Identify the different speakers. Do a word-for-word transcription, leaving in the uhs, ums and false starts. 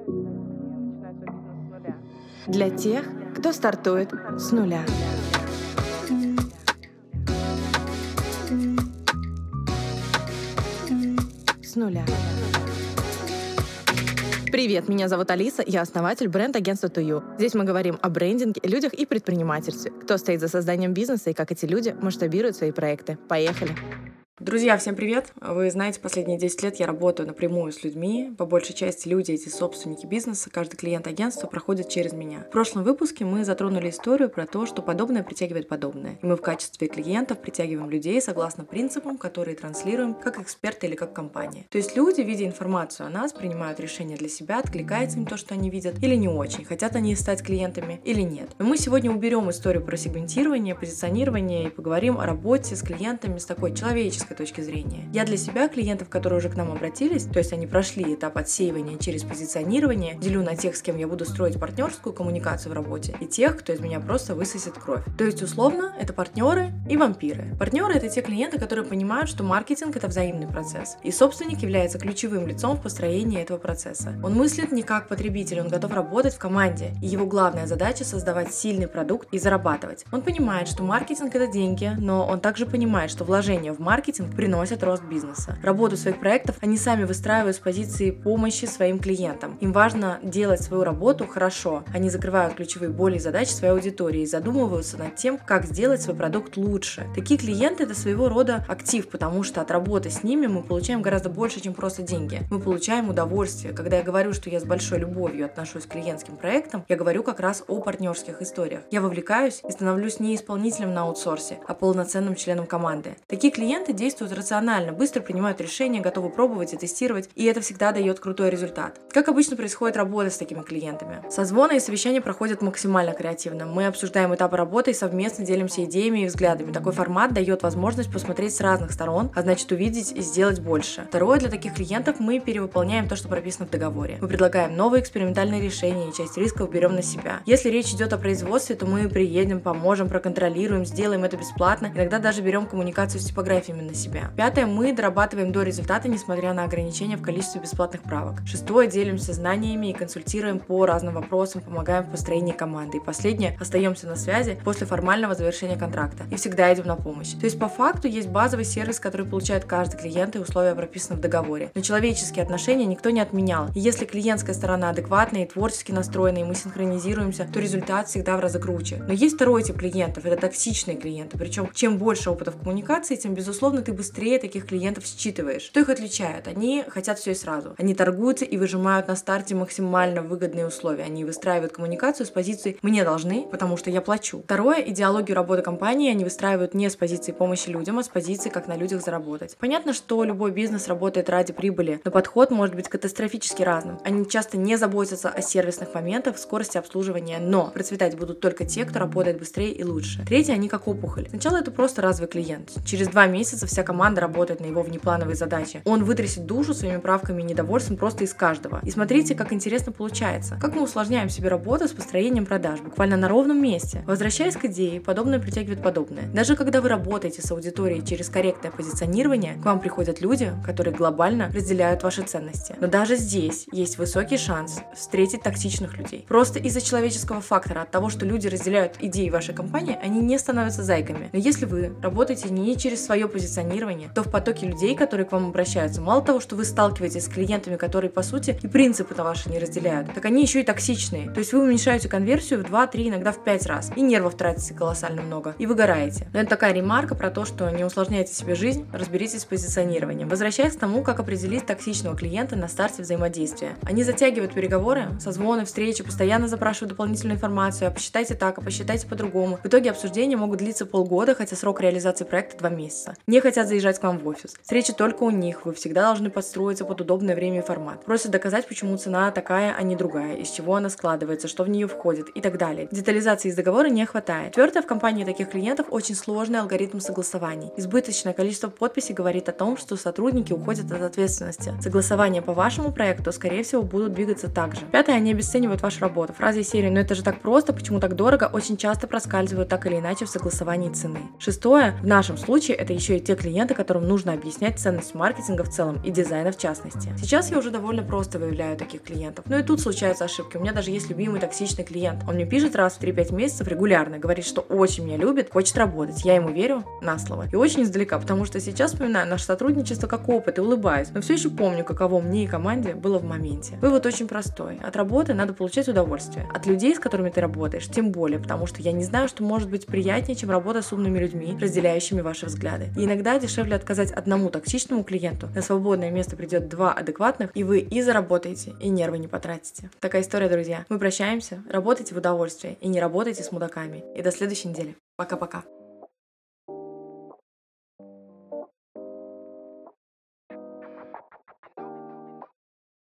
Speaker 1: Для тех, кто стартует с нуля. С нуля. Привет, меня зовут Алиса, я основатель бренд-агентства ту ю. Здесь мы говорим о брендинге, людях и предпринимательстве. Кто стоит за созданием бизнеса и как эти люди масштабируют свои проекты. Поехали!
Speaker 2: Друзья, всем привет! Вы знаете, последние десять лет я работаю напрямую с людьми. По большей части люди, эти собственники бизнеса, каждый клиент агентства проходит через меня. В прошлом выпуске мы затронули историю про то, что подобное притягивает подобное. И мы в качестве клиентов притягиваем людей согласно принципам, которые транслируем как эксперты или как компания. То есть люди, видя информацию о нас, принимают решение для себя, откликается им то, что они видят, или не очень, хотят они стать клиентами или нет. Но мы сегодня уберем историю про сегментирование, позиционирование и поговорим о работе с клиентами с такой человеческой точки зрения. Я для себя клиентов, которые уже к нам обратились, то есть они прошли этап отсеивания через позиционирование, делю на тех, с кем я буду строить партнерскую коммуникацию в работе, и тех, кто из меня просто высосет кровь. То есть условно это партнеры и вампиры. Партнеры — это те клиенты, которые понимают, что маркетинг — это взаимный процесс, и собственник является ключевым лицом в построении этого процесса. Он мыслит не как потребитель, он готов работать в команде, и его главная задача — создавать сильный продукт и зарабатывать. Он понимает, что маркетинг — это деньги, но он также понимает, что вложения в маркетинг приносят рост бизнеса. Работу своих проектов они сами выстраивают с позиции помощи своим клиентам. Им важно делать свою работу хорошо. Они закрывают ключевые боли и задачи своей аудитории и задумываются над тем, как сделать свой продукт лучше. Такие клиенты — это своего рода актив, потому что от работы с ними мы получаем гораздо больше, чем просто деньги. Мы получаем удовольствие. Когда я говорю, что я с большой любовью отношусь к клиентским проектам, я говорю как раз о партнерских историях. Я вовлекаюсь и становлюсь не исполнителем на аутсорсе, а полноценным членом команды. Такие клиенты действуют рационально, быстро принимают решения, готовы пробовать и тестировать, и это всегда дает крутой результат. Как обычно происходит работа с такими клиентами? Созвоны и совещания проходят максимально креативно. Мы обсуждаем этапы работы и совместно делимся идеями и взглядами. Такой формат дает возможность посмотреть с разных сторон, а значит увидеть и сделать больше. Второе, для таких клиентов мы перевыполняем то, что прописано в договоре. Мы предлагаем новые экспериментальные решения и часть рисков берем на себя. Если речь идет о производстве, то мы приедем, поможем, проконтролируем, сделаем это бесплатно. Иногда даже берем коммуникацию с типографиями на себя. Пятое, мы дорабатываем до результата, несмотря на ограничения в количестве бесплатных правок. Шестое, делимся знаниями и консультируем по разным вопросам, помогаем в построении команды. И последнее, остаемся на связи после формального завершения контракта и всегда идем на помощь. То есть по факту есть базовый сервис, который получает каждый клиент, и условия прописаны в договоре. Но человеческие отношения никто не отменял. И если клиентская сторона адекватная и творчески настроена, и мы синхронизируемся, то результат всегда в разы круче. Но есть второй тип клиентов, это токсичные клиенты. Причем чем больше опыта в коммуникации, тем безусловно ты быстрее таких клиентов считываешь. Что их отличает? Они хотят все и сразу. Они торгуются и выжимают на старте максимально выгодные условия. Они выстраивают коммуникацию с позиции «мне должны, потому что я плачу». Второе, идеологию работы компании они выстраивают не с позиции помощи людям, а с позиции «как на людях заработать». Понятно, что любой бизнес работает ради прибыли, но подход может быть катастрофически разным. Они часто не заботятся о сервисных моментах, скорости обслуживания, но процветать будут только те, кто работает быстрее и лучше. Третье, они как опухоль. Сначала это просто разовый клиент. Через два месяца вся команда работает на его внеплановые задачи. Он вытрясет душу своими правками и недовольством просто из каждого. И смотрите, как интересно получается. Как мы усложняем себе работу с построением продаж, буквально на ровном месте. Возвращаясь к идее, подобное притягивает подобное. Даже когда вы работаете с аудиторией через корректное позиционирование, к вам приходят люди, которые глобально разделяют ваши ценности. Но даже здесь есть высокий шанс встретить токсичных людей. Просто из-за человеческого фактора, от того, что люди разделяют идеи вашей компании, они не становятся зайками. Но если вы работаете не через свое позиционирование, то в потоке людей, которые к вам обращаются, мало того, что вы сталкиваетесь с клиентами, которые по сути и принципы-то ваши не разделяют, так они еще и токсичные. То есть вы уменьшаете конверсию в два, три, иногда в пять раз. И нервов тратите колоссально много. И выгораете. Но это такая ремарка про то, что не усложняйте себе жизнь, разберитесь с позиционированием. Возвращаясь к тому, как определить токсичного клиента на старте взаимодействия. Они затягивают переговоры, созвоны, встречи, постоянно запрашивают дополнительную информацию, а посчитайте так, а посчитайте по-другому. В итоге обсуждения могут длиться полгода, хотя срок реализации проекта два месяца. Не хотят заезжать к вам в офис. Встречи только у них, вы всегда должны подстроиться под удобное время и формат. Просят доказать, почему цена такая, а не другая, из чего она складывается, что в нее входит и так далее. Детализации из договора не хватает. Четвертое, в компании таких клиентов очень сложный алгоритм согласований. Избыточное количество подписей говорит о том, что сотрудники уходят от ответственности. Согласования по вашему проекту, скорее всего, будут двигаться так же. Пятое, они обесценивают вашу работу. Фразы из серии «но это же так просто, почему так дорого» очень часто проскальзывают так или иначе в согласовании цены. Шестое, в нашем случае это еще и те клиенты, которым нужно объяснять ценность маркетинга в целом и дизайна в частности. Сейчас я уже довольно просто выявляю таких клиентов. Но и тут случаются ошибки. У меня даже есть любимый токсичный клиент. Он мне пишет раз в три-пять месяцев регулярно, говорит, что очень меня любит, хочет работать. Я ему верю на слово. И очень издалека, потому что сейчас вспоминаю наше сотрудничество как опыт и улыбаюсь. Но все еще помню, каково мне и команде было в моменте. Вывод очень простой. От работы надо получать удовольствие. От людей, с которыми ты работаешь, тем более, потому что я не знаю, что может быть приятнее, чем работа с умными людьми, разделяющими ваши взгляды. И иногда дешевле отказать одному токсичному клиенту, на свободное место придет два адекватных, и вы и заработаете, и нервы не потратите. Такая история, друзья. Мы прощаемся, работайте в удовольствие и не работайте с мудаками. И до следующей недели. Пока-пока.